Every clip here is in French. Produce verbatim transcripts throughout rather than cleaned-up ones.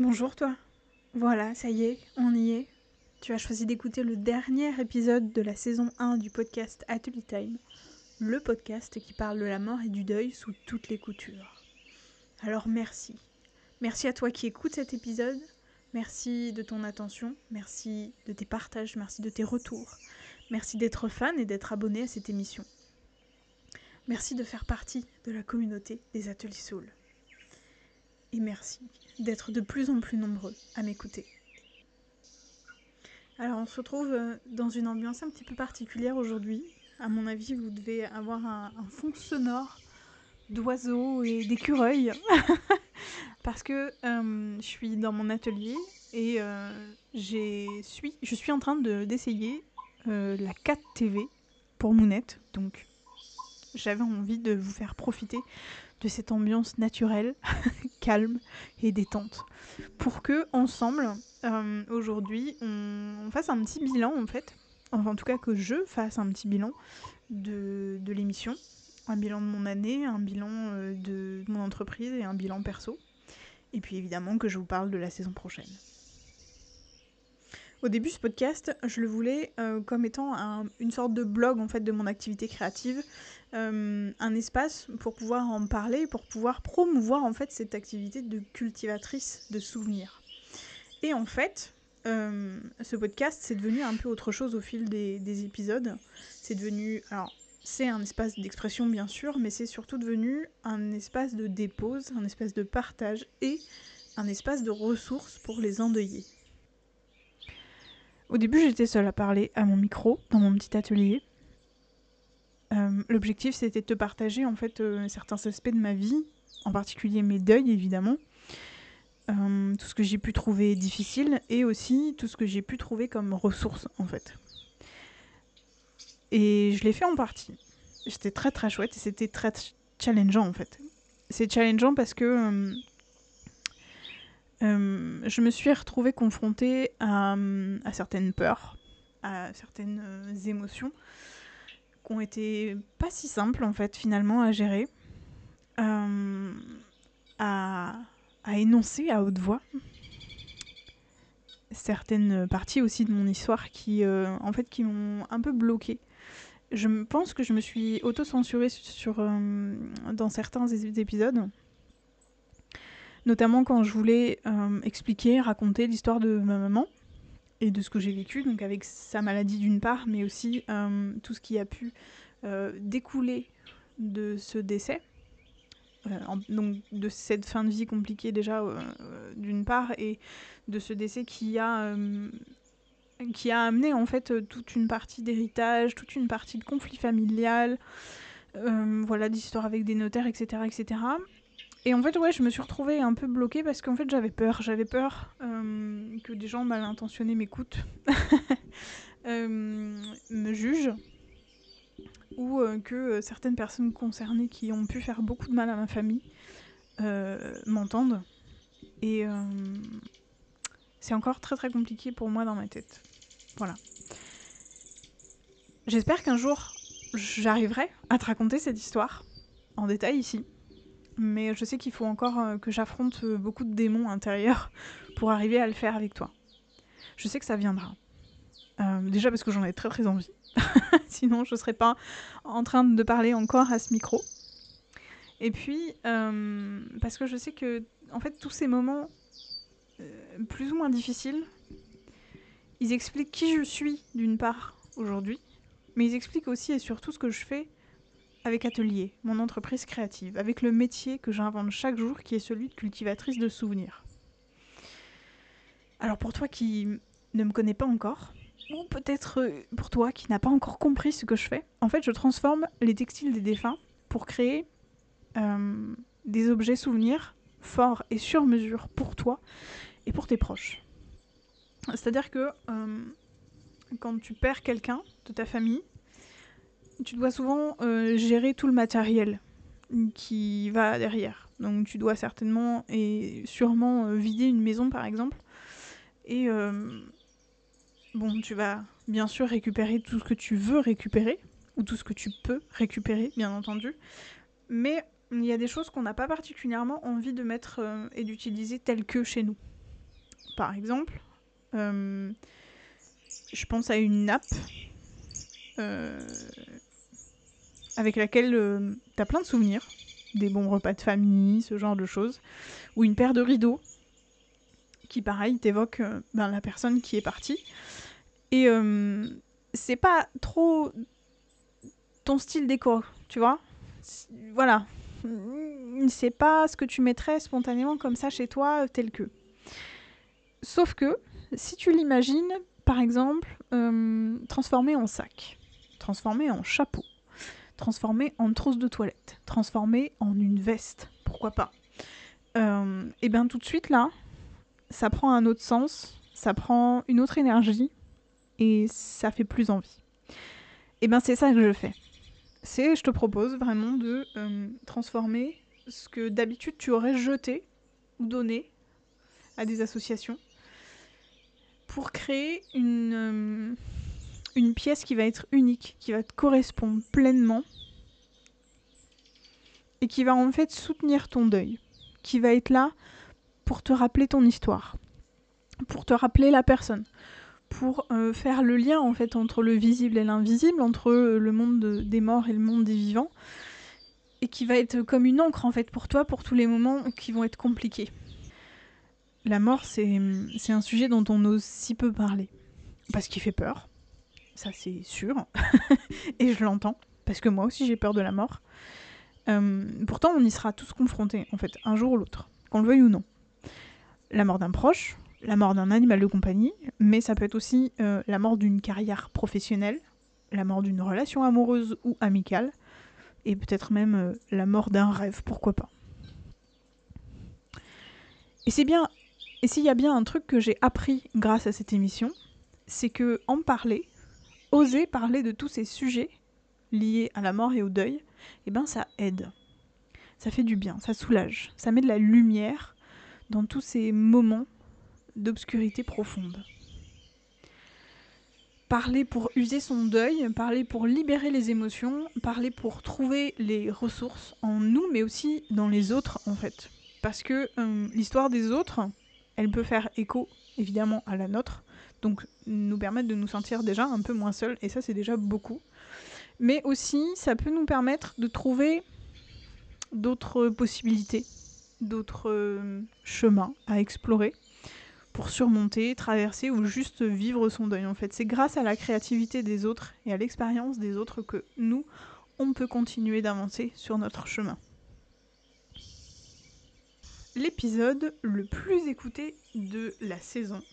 Bonjour toi. Voilà, ça y est, on y est. Tu as choisi d'écouter le dernier épisode de la saison un du podcast Atelier Time, le podcast qui parle de la mort et du deuil sous toutes les coutures. Alors merci. Merci à toi qui écoutes cet épisode. Merci de ton attention, merci de tes partages, merci de tes retours. Merci d'être fan et d'être abonné à cette émission. Merci de faire partie de la communauté des Ateliers Soul. Et merci d'être de plus en plus nombreux à m'écouter. Alors on se retrouve dans une ambiance un petit peu particulière aujourd'hui. À mon avis, vous devez avoir un, un fond sonore d'oiseaux et d'écureuils. Parce que euh, je suis dans mon atelier et euh, j'ai, suis, je suis en train de, d'essayer euh, la quatre T V pour Mounette. Donc j'avais envie de vous faire profiter de cette ambiance naturelle, calme et détente. Pour que, ensemble, euh, aujourd'hui, on, on fasse un petit bilan, en fait. Enfin, en tout cas, que je fasse un petit bilan de, de l'émission. Un bilan de mon année, un bilan euh, de mon entreprise et un bilan perso. Et puis, évidemment, que je vous parle de la saison prochaine. Au début, ce podcast, je le voulais euh, comme étant un, une sorte de blog en fait de mon activité créative, euh, un espace pour pouvoir en parler, pour pouvoir promouvoir en fait cette activité de cultivatrice de souvenirs. Et en fait, euh, ce podcast, c'est devenu un peu autre chose au fil des, des épisodes. C'est devenu, alors, c'est un espace d'expression bien sûr, mais c'est surtout devenu un espace de dépose, un espace de partage et un espace de ressources pour les endeuillés. Au début, j'étais seule à parler à mon micro, dans mon petit atelier. Euh, l'objectif, c'était de te partager, en fait, euh, certains aspects de ma vie, en particulier mes deuils, évidemment, euh, tout ce que j'ai pu trouver difficile, et aussi tout ce que j'ai pu trouver comme ressources, en fait. Et je l'ai fait en partie. C'était très très chouette, et c'était très challengeant, en fait. C'est challengeant parce que euh, euh, je me suis retrouvée confrontée à, à certaines peurs, à certaines euh, émotions, qui ont été pas si simples en fait finalement à gérer, euh, à, à énoncer à haute voix. Certaines parties aussi de mon histoire qui, euh, en fait, qui m'ont un peu bloquée. Je pense que je me suis auto-censurée sur, euh, dans certains épisodes, notamment quand je voulais euh, expliquer, raconter l'histoire de ma maman et de ce que j'ai vécu, donc avec sa maladie d'une part, mais aussi euh, tout ce qui a pu euh, découler de ce décès, euh, en, donc de cette fin de vie compliquée déjà euh, d'une part, et de ce décès qui a, euh, qui a amené en fait toute une partie d'héritage, toute une partie de conflit familial, euh, voilà, d'histoires avec des notaires, et cetera, et cetera. Et en fait, ouais, je me suis retrouvée un peu bloquée parce qu'en fait, j'avais peur. J'avais peur euh, que des gens mal intentionnés m'écoutent, euh, me jugent, ou euh, que euh, certaines personnes concernées qui ont pu faire beaucoup de mal à ma famille euh, m'entendent. Et euh, c'est encore très très compliqué pour moi dans ma tête. Voilà. J'espère qu'un jour, j'arriverai à te raconter cette histoire en détail ici. Mais je sais qu'il faut encore euh, que j'affronte euh, beaucoup de démons intérieurs pour arriver à le faire avec toi. Je sais que ça viendra. Euh, déjà parce que j'en ai très très envie. Sinon, je serais pas en train de parler encore à ce micro. Et puis, euh, parce que je sais que, en fait, tous ces moments euh, plus ou moins difficiles, ils expliquent qui je suis, d'une part, aujourd'hui, mais ils expliquent aussi et surtout ce que je fais avec Atelier, mon entreprise créative, avec le métier que j'invente chaque jour, qui est celui de cultivatrice de souvenirs. Alors pour toi qui ne me connais pas encore, ou peut-être pour toi qui n'a pas encore compris ce que je fais, en fait je transforme les textiles des défunts pour créer euh, des objets souvenirs forts et sur mesure pour toi et pour tes proches. C'est-à-dire que euh, quand tu perds quelqu'un de ta famille, tu dois souvent euh, gérer tout le matériel qui va derrière. Donc tu dois certainement et sûrement euh, vider une maison par exemple. Et euh, bon, tu vas bien sûr récupérer tout ce que tu veux récupérer, ou tout ce que tu peux récupérer, bien entendu. Mais il y a des choses qu'on n'a pas particulièrement envie de mettre euh, et d'utiliser telles que chez nous. Par exemple, euh, je pense à une nappe euh, avec laquelle euh, tu as plein de souvenirs, des bons repas de famille, ce genre de choses, ou une paire de rideaux qui, pareil, t'évoque euh, ben, la personne qui est partie. Et euh, c'est pas trop ton style déco, tu vois. C'est- Voilà. C'est pas ce que tu mettrais spontanément comme ça chez toi, tel que. Sauf que, si tu l'imagines, par exemple, euh, transformé en sac, transformé en chapeau, transformé en trousse de toilette, transformé en une veste, pourquoi pas. Euh, et bien tout de suite là, ça prend un autre sens, ça prend une autre énergie et ça fait plus envie. Et bien c'est ça que je fais. C'est, je te propose vraiment de euh, transformer ce que d'habitude tu aurais jeté ou donné à des associations pour créer une, euh, une pièce qui va être unique, qui va te correspondre pleinement et qui va en fait soutenir ton deuil, qui va être là pour te rappeler ton histoire, pour te rappeler la personne, pour euh, faire le lien en fait entre le visible et l'invisible, entre le monde de, des morts et le monde des vivants, et qui va être comme une encre en fait pour toi pour tous les moments qui vont être compliqués. La mort, c'est, c'est un sujet dont on ose si peu parler, parce qu'il fait peur, ça c'est sûr, et je l'entends, parce que moi aussi j'ai peur de la mort. Euh, pourtant, on y sera tous confrontés, en fait, un jour ou l'autre, qu'on le veuille ou non. La mort d'un proche, la mort d'un animal de compagnie, mais ça peut être aussi euh, la mort d'une carrière professionnelle, la mort d'une relation amoureuse ou amicale, et peut-être même euh, la mort d'un rêve, pourquoi pas. Et c'est bien, et s'il y a bien un truc que j'ai appris grâce à cette émission, c'est que en parler, oser parler de tous ces sujets liés à la mort et au deuil, eh ben ça aide. Ça fait du bien, ça soulage, ça met de la lumière dans tous ces moments d'obscurité profonde. Parler pour user son deuil, parler pour libérer les émotions, parler pour trouver les ressources en nous, mais aussi dans les autres, en fait. Parce que euh, l'histoire des autres, elle peut faire écho, évidemment, à la nôtre, donc nous permettre de nous sentir déjà un peu moins seuls, et ça, c'est déjà beaucoup. Mais aussi, ça peut nous permettre de trouver d'autres possibilités, d'autres euh, chemins à explorer, pour surmonter, traverser ou juste vivre son deuil en fait. C'est grâce à la créativité des autres et à l'expérience des autres que nous, on peut continuer d'avancer sur notre chemin. L'épisode le plus écouté de la saison,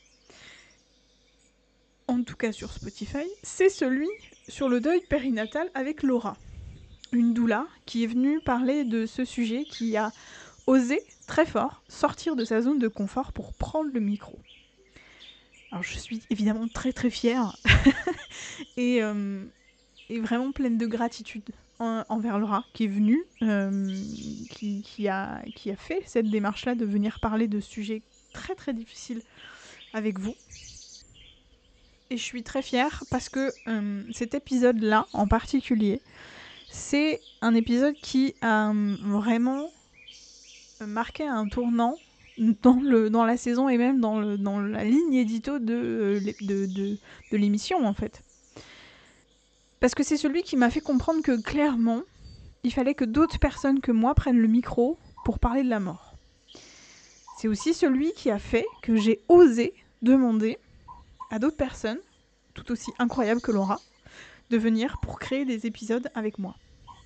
en tout cas sur Spotify, c'est celui sur le deuil périnatal avec Laura. Une doula qui est venue parler de ce sujet, qui a osé très fort sortir de sa zone de confort pour prendre le micro. Alors je suis évidemment très très fière et, euh, et vraiment pleine de gratitude en, envers Laura qui est venue, euh, qui, qui, a, qui a fait cette démarche-là de venir parler de sujets très très difficiles avec vous. Et je suis très fière parce que euh, cet épisode-là en particulier, c'est un épisode qui a euh, vraiment marqué un tournant dans, le, dans la saison et même dans, le, dans la ligne édito de, de, de, de l'émission en fait. Parce que c'est celui qui m'a fait comprendre que clairement, il fallait que d'autres personnes que moi prennent le micro pour parler de la mort. C'est aussi celui qui a fait que j'ai osé demander à d'autres personnes, tout aussi incroyables que Laura, de venir pour créer des épisodes avec moi.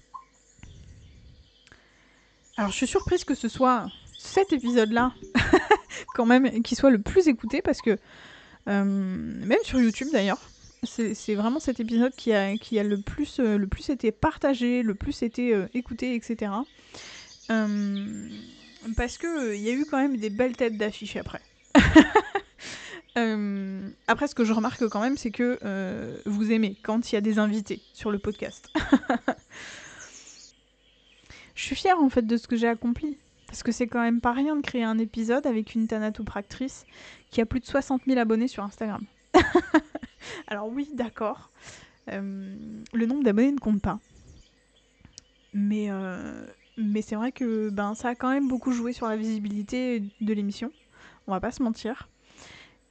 Alors je suis surprise que ce soit cet épisode-là, quand même, qui soit le plus écouté, parce que, euh, même sur YouTube d'ailleurs, c'est, c'est vraiment cet épisode qui a, qui a le, plus, euh, le plus été partagé, le plus été euh, écouté, et cetera. Euh, parce qu'il euh, y a eu quand même des belles têtes d'affiche après. euh, après, ce que je remarque quand même, c'est que euh, vous aimez quand il y a des invités sur le podcast. Je suis fière en fait de ce que j'ai accompli. Parce que c'est quand même pas rien de créer un épisode avec une thanatopractrice qui a plus de soixante mille abonnés sur Instagram. Alors oui, d'accord. Euh, le nombre d'abonnés ne compte pas. Mais, euh, mais c'est vrai que ben, ça a quand même beaucoup joué sur la visibilité de l'émission. On va pas se mentir.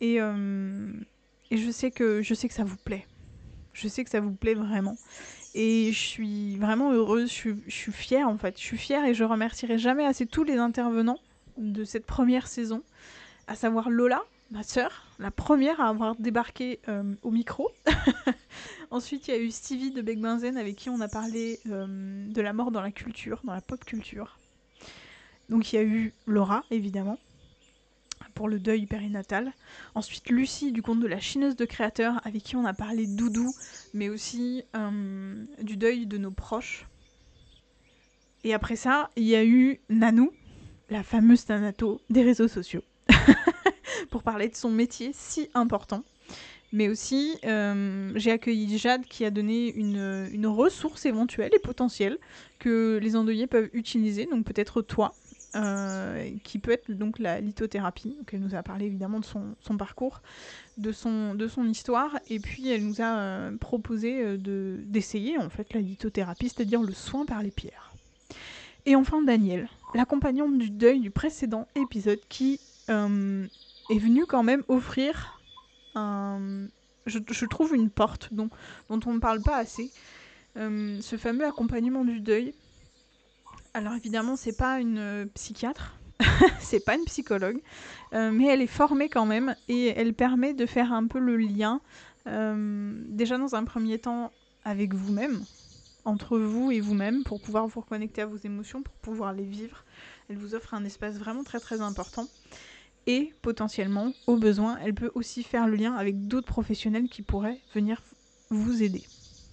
Et, euh, et je sais que, je sais que ça vous plaît. Je sais que ça vous plaît vraiment. Et je suis vraiment heureuse, je suis, je suis fière en fait. Je suis fière et je remercierai jamais assez tous les intervenants de cette première saison, à savoir Lola, ma sœur, la première à avoir débarqué euh, au micro. Ensuite, il y a eu Stevie de Bec Benzen avec qui on a parlé euh, de la mort dans la culture, dans la pop culture. Donc il y a eu Laura, évidemment, pour le deuil périnatal. Ensuite, Lucie du conte de la chineuse de créateur, avec qui on a parlé doudou, mais aussi euh, du deuil de nos proches. Et après ça, il y a eu Nanou, la fameuse Thanato des réseaux sociaux, pour parler de son métier si important. Mais aussi, euh, j'ai accueilli Jade qui a donné une, une ressource éventuelle et potentielle que les endeuillés peuvent utiliser, donc peut-être toi, euh, qui peut être donc la lithothérapie. Donc elle nous a parlé évidemment de son, son parcours, de son, de son histoire, et puis elle nous a euh, proposé euh, de, d'essayer en fait la lithothérapie, c'est-à-dire le soin par les pierres. Et enfin Daniel, l'accompagnante du deuil du précédent épisode, qui euh, est venue quand même offrir un, je, je trouve une porte dont, dont on ne parle pas assez. Euh, ce fameux accompagnement du deuil. Alors évidemment, c'est pas une euh, psychiatre, c'est pas une psychologue, euh, mais elle est formée quand même et elle permet de faire un peu le lien, euh, déjà dans un premier temps avec vous-même, entre vous et vous-même, pour pouvoir vous reconnecter à vos émotions, pour pouvoir les vivre. Elle vous offre un espace vraiment très très important. Et potentiellement, au besoin, elle peut aussi faire le lien avec d'autres professionnels qui pourraient venir vous aider.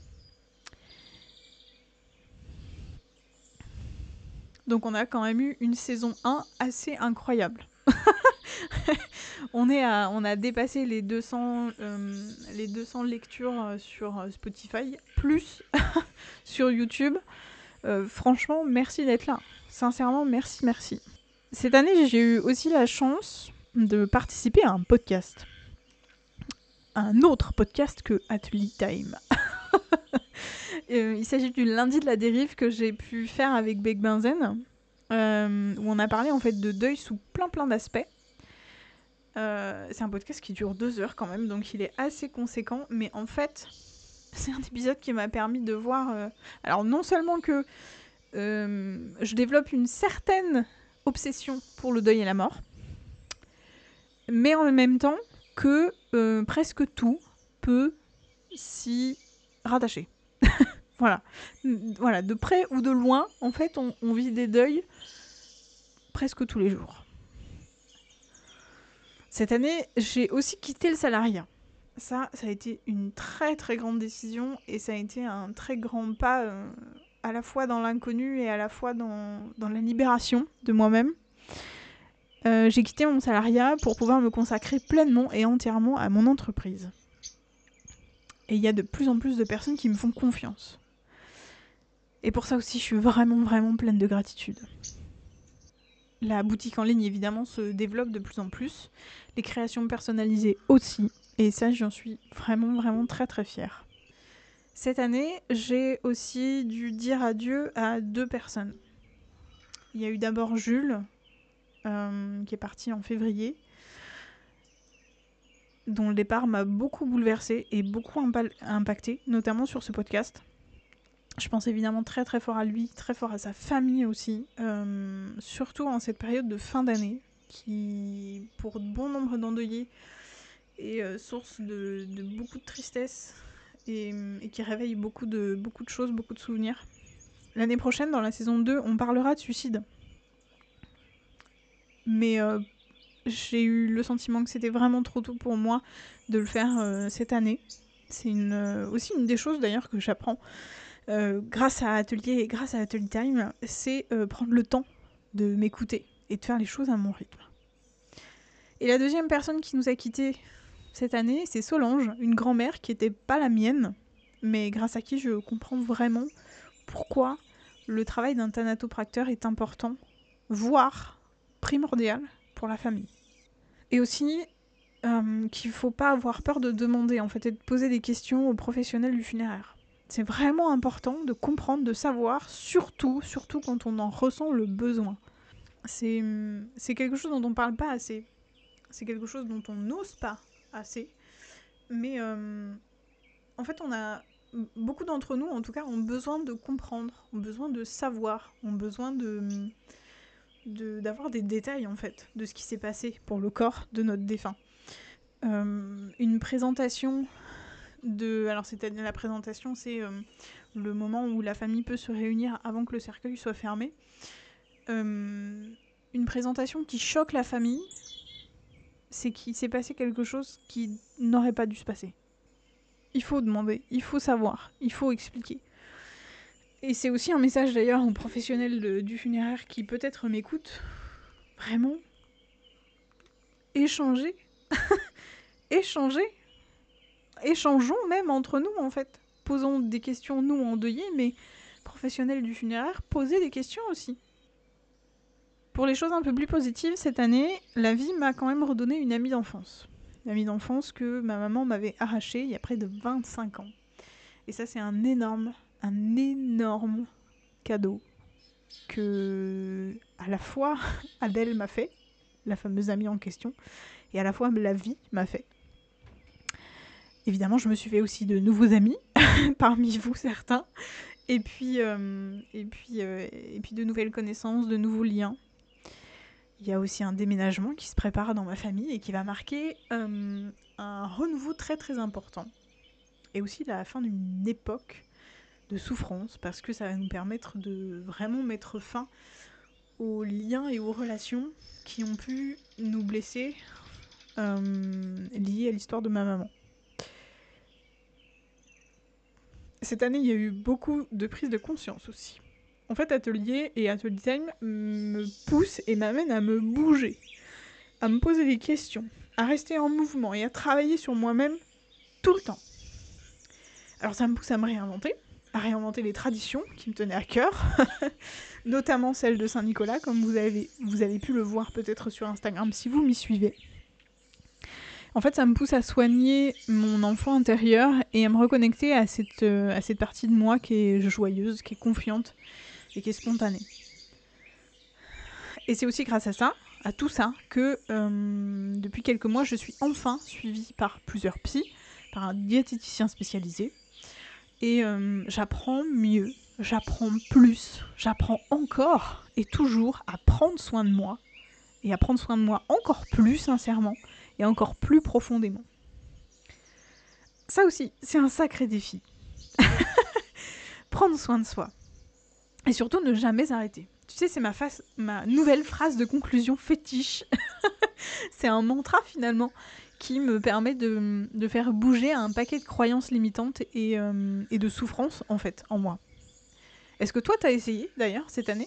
Donc on a quand même eu une saison un assez incroyable. on, est à, on a dépassé les deux cents, euh, les deux cents lectures sur Spotify, plus sur YouTube. Euh, franchement, merci d'être là. Sincèrement, merci, merci. Cette année, j'ai eu aussi la chance de participer à un podcast. Un autre podcast que Atelier Time. euh, il s'agit du lundi de la dérive que j'ai pu faire avec Bec Benzen, euh, où on a parlé en fait de deuil sous plein plein d'aspects. Euh, c'est un podcast qui dure deux heures quand même, donc il est assez conséquent, mais en fait, c'est un épisode qui m'a permis de voir... Euh, alors non seulement que euh, je développe une certaine obsession pour le deuil et la mort, mais en même temps que euh, presque tout peut s'y rattacher. Voilà. Voilà, de près ou de loin, en fait, on, on vit des deuils presque tous les jours. Cette année, j'ai aussi quitté le salariat. Ça, ça a été une très très grande décision et ça a été un très grand pas euh, à la fois dans l'inconnu et à la fois dans, dans la libération de moi-même. Euh, j'ai quitté mon salariat pour pouvoir me consacrer pleinement et entièrement à mon entreprise. Et il y a de plus en plus de personnes qui me font confiance. Et pour ça aussi, je suis vraiment, vraiment pleine de gratitude. La boutique en ligne, évidemment, se développe de plus en plus. Les créations personnalisées aussi. Et ça, j'en suis vraiment, vraiment très, très fière. Cette année, j'ai aussi dû dire adieu à deux personnes. Il y a eu d'abord Jules, euh, qui est parti en février, dont le départ m'a beaucoup bouleversée et beaucoup impa- impactée, notamment sur ce podcast. Je pense évidemment très très fort à lui, très fort à sa famille aussi, euh, surtout en cette période de fin d'année, qui, pour bon nombre d'endeuillés, est euh, source de, de beaucoup de tristesse et, et qui réveille beaucoup de, beaucoup de choses, beaucoup de souvenirs. L'année prochaine, dans la saison deux, on parlera de suicide. Mais euh, j'ai eu le sentiment que c'était vraiment trop tôt pour moi de le faire euh, cette année. C'est une, euh, aussi une des choses d'ailleurs que j'apprends euh, grâce à Atelier et grâce à Atelier Time, c'est euh, prendre le temps de m'écouter et de faire les choses à mon rythme. Et la deuxième personne qui nous a quittés cette année, c'est Solange, une grand-mère qui n'était pas la mienne, mais grâce à qui je comprends vraiment pourquoi le travail d'un thanatopracteur est important, voire primordial pour la famille. Et aussi euh, qu'il ne faut pas avoir peur de demander en fait, et de poser des questions aux professionnels du funéraire. C'est vraiment important de comprendre, de savoir, surtout, surtout quand on en ressent le besoin. C'est, c'est quelque chose dont on ne parle pas assez. c'est quelque chose dont on n'ose pas assez. Mais euh, en fait, on a beaucoup d'entre nous, en tout cas, ont besoin de comprendre, ont besoin de savoir, ont besoin de, de d'avoir des détails en fait de ce qui s'est passé pour le corps de notre défunt. Euh, une présentation de, alors c'est-à-dire la présentation, c'est euh, le moment où la famille peut se réunir avant que le cercueil soit fermé. Euh, une présentation qui choque la famille, c'est qu'il s'est passé quelque chose qui n'aurait pas dû se passer. Il faut demander, il faut savoir, il faut expliquer. Et c'est aussi un message d'ailleurs aux professionnels de, du funéraire qui peut-être m'écoutent. Vraiment, échanger, échanger, échangeons même entre nous en fait. Posons des questions nous endeuillés, mais professionnels du funéraire, posez des questions aussi. Pour les choses un peu plus positives, cette année, la vie m'a quand même redonné une amie d'enfance. Une amie d'enfance que ma maman m'avait arrachée il y a près de vingt-cinq ans. Et ça, c'est un énorme, un énorme cadeau que, à la fois, Adèle m'a fait, la fameuse amie en question, et à la fois la vie m'a fait. Évidemment, je me suis fait aussi de nouveaux amis, parmi vous certains, et puis, euh, et, puis, euh, et puis de nouvelles connaissances, de nouveaux liens. Il y a aussi un déménagement qui se prépare dans ma famille et qui va marquer euh, un renouveau très très important. Et aussi la fin d'une époque de souffrance, parce que ça va nous permettre de vraiment mettre fin aux liens et aux relations qui ont pu nous blesser euh, liés à l'histoire de ma maman. Cette année, il y a eu beaucoup de prise de conscience aussi. En fait, Atelier et Atelier Time me poussent et m'amènent à me bouger, à me poser des questions, à rester en mouvement et à travailler sur moi-même tout le temps. Alors ça me pousse à me réinventer, à réinventer les traditions qui me tenaient à cœur, notamment celle de Saint-Nicolas, comme vous avez, vous avez pu le voir peut-être sur Instagram si vous m'y suivez. En fait, ça me pousse à soigner mon enfant intérieur et à me reconnecter à cette, euh, à cette partie de moi qui est joyeuse, qui est confiante et qui est spontanée. Et c'est aussi grâce à ça, à tout ça, que euh, depuis quelques mois, je suis enfin suivie par plusieurs psys, par un diététicien spécialisé. Et euh, j'apprends mieux, j'apprends plus, j'apprends encore et toujours à prendre soin de moi. Et à prendre soin de moi encore plus sincèrement et encore plus profondément. Ça aussi, c'est un sacré défi. Prendre soin de soi. Et surtout, ne jamais arrêter. Tu sais, c'est ma, face, ma nouvelle phrase de conclusion fétiche. C'est un mantra, finalement, qui me permet de, de faire bouger un paquet de croyances limitantes et, euh, et de souffrances, en fait, en moi. Est-ce que toi, t'as essayé, d'ailleurs, cette année ?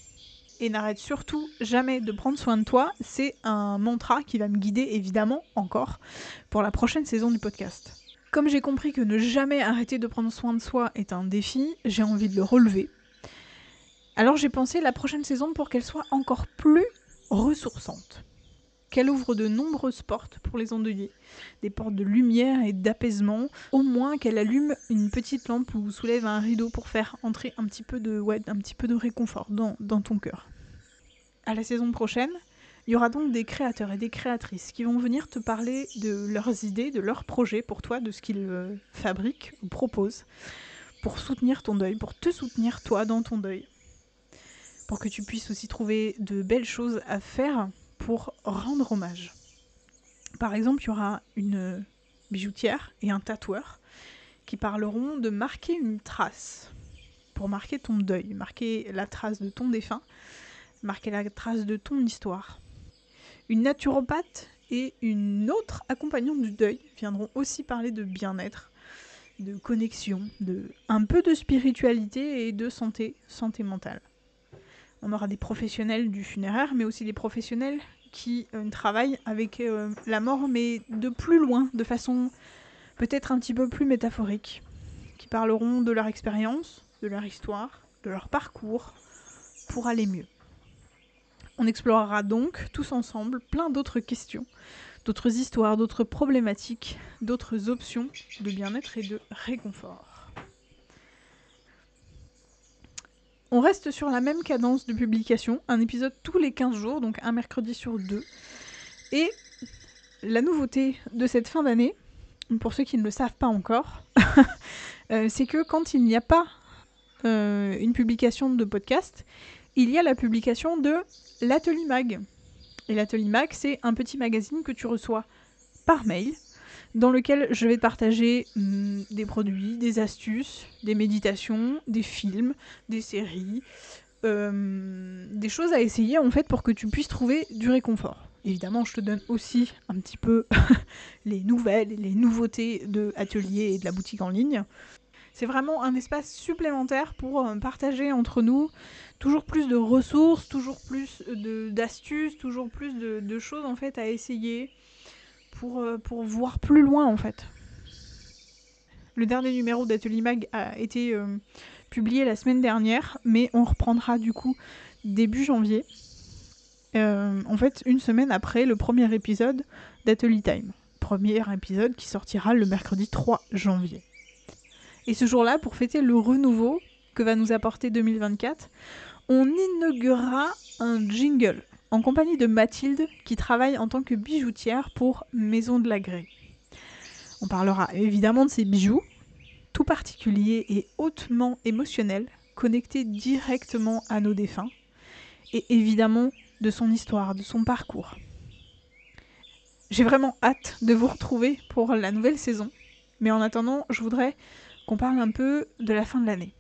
Et n'arrête surtout jamais de prendre soin de toi. C'est un mantra qui va me guider, évidemment, encore, pour la prochaine saison du podcast. Comme j'ai compris que ne jamais arrêter de prendre soin de soi est un défi, j'ai envie de le relever. Alors j'ai pensé la prochaine saison pour qu'elle soit encore plus ressourçante. Qu'elle ouvre de nombreuses portes pour les endeuillés. Des portes de lumière et d'apaisement. Au moins qu'elle allume une petite lampe ou soulève un rideau pour faire entrer un petit peu de, ouais, un petit peu de réconfort dans, dans ton cœur. À la saison prochaine, il y aura donc des créateurs et des créatrices qui vont venir te parler de leurs idées, de leurs projets pour toi, de ce qu'ils euh, fabriquent ou proposent pour soutenir ton deuil, pour te soutenir toi dans ton deuil. Pour que tu puisses aussi trouver de belles choses à faire pour rendre hommage. Par exemple, il y aura une bijoutière et un tatoueur qui parleront de marquer une trace, pour marquer ton deuil, marquer la trace de ton défunt, marquer la trace de ton histoire. Une naturopathe et une autre accompagnante du deuil viendront aussi parler de bien-être, de connexion, de un peu de spiritualité et de santé, santé mentale. On aura des professionnels du funéraire, mais aussi des professionnels qui euh, travaillent avec euh, la mort, mais de plus loin, de façon peut-être un petit peu plus métaphorique, qui parleront de leur expérience, de leur histoire, de leur parcours, pour aller mieux. On explorera donc, tous ensemble, plein d'autres questions, d'autres histoires, d'autres problématiques, d'autres options de bien-être et de réconfort. On reste sur la même cadence de publication, un épisode tous les quinze jours, donc un mercredi sur deux. Et la nouveauté de cette fin d'année, pour ceux qui ne le savent pas encore, euh, c'est que quand il n'y a pas euh, une publication de podcast, il y a la publication de l'Atelier Mag. Et l'Atelier Mag, c'est un petit magazine que tu reçois par mail, dans lequel je vais te partager hum, des produits, des astuces, des méditations, des films, des séries, euh, des choses à essayer en fait pour que tu puisses trouver du réconfort. Évidemment, je te donne aussi un petit peu les nouvelles, les nouveautés de Atelier et de la boutique en ligne. C'est vraiment un espace supplémentaire pour euh, partager entre nous toujours plus de ressources, toujours plus de, d'astuces, toujours plus de, de choses en fait à essayer pour, euh, pour voir plus loin en fait. Le dernier numéro d'Atelier Mag a été euh, publié la semaine dernière, mais on reprendra du coup début janvier. Euh, en fait, une semaine après le premier épisode d'Atelier Time. Premier épisode qui sortira le mercredi trois janvier. Et ce jour-là, pour fêter le renouveau que va nous apporter deux mille vingt-quatre, on inaugurera un jingle en compagnie de Mathilde qui travaille en tant que bijoutière pour Maison de l'Agré. On parlera évidemment de ses bijoux, tout particuliers et hautement émotionnels, connectés directement à nos défunts, et évidemment de son histoire, de son parcours. J'ai vraiment hâte de vous retrouver pour la nouvelle saison, mais en attendant, je voudrais qu'on parle un peu de la fin de l'année.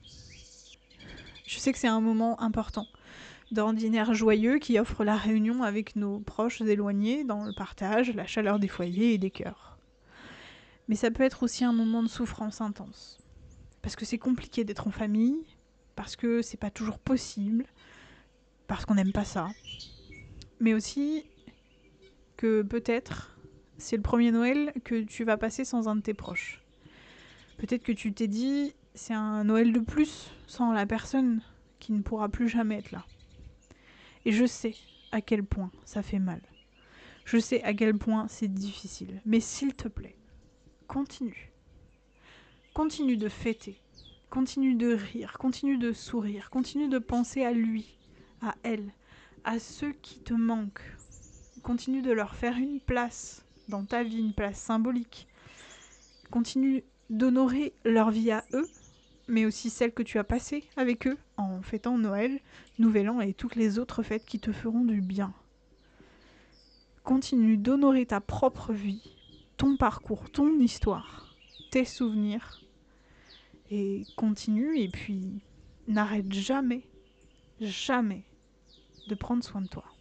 Je sais que c'est un moment important, d'ordinaire joyeux qui offre la réunion avec nos proches éloignés dans le partage, la chaleur des foyers et des cœurs. Mais ça peut être aussi un moment de souffrance intense. Parce que c'est compliqué d'être en famille, parce que c'est pas toujours possible, parce qu'on n'aime pas ça. Mais aussi que peut-être c'est le premier Noël que tu vas passer sans un de tes proches. Peut-être que tu t'es dit, c'est un Noël de plus sans la personne qui ne pourra plus jamais être là. Et je sais à quel point ça fait mal. Je sais à quel point c'est difficile. Mais s'il te plaît, continue. Continue de fêter. Continue de rire. Continue de sourire. Continue de penser à lui, à elle, à ceux qui te manquent. Continue de leur faire une place dans ta vie, une place symbolique. Continue d'honorer leur vie à eux, mais aussi celle que tu as passée avec eux en fêtant Noël, Nouvel An et toutes les autres fêtes qui te feront du bien. Continue d'honorer ta propre vie, ton parcours, ton histoire, tes souvenirs. Et continue, et puis n'arrête jamais, jamais de prendre soin de toi.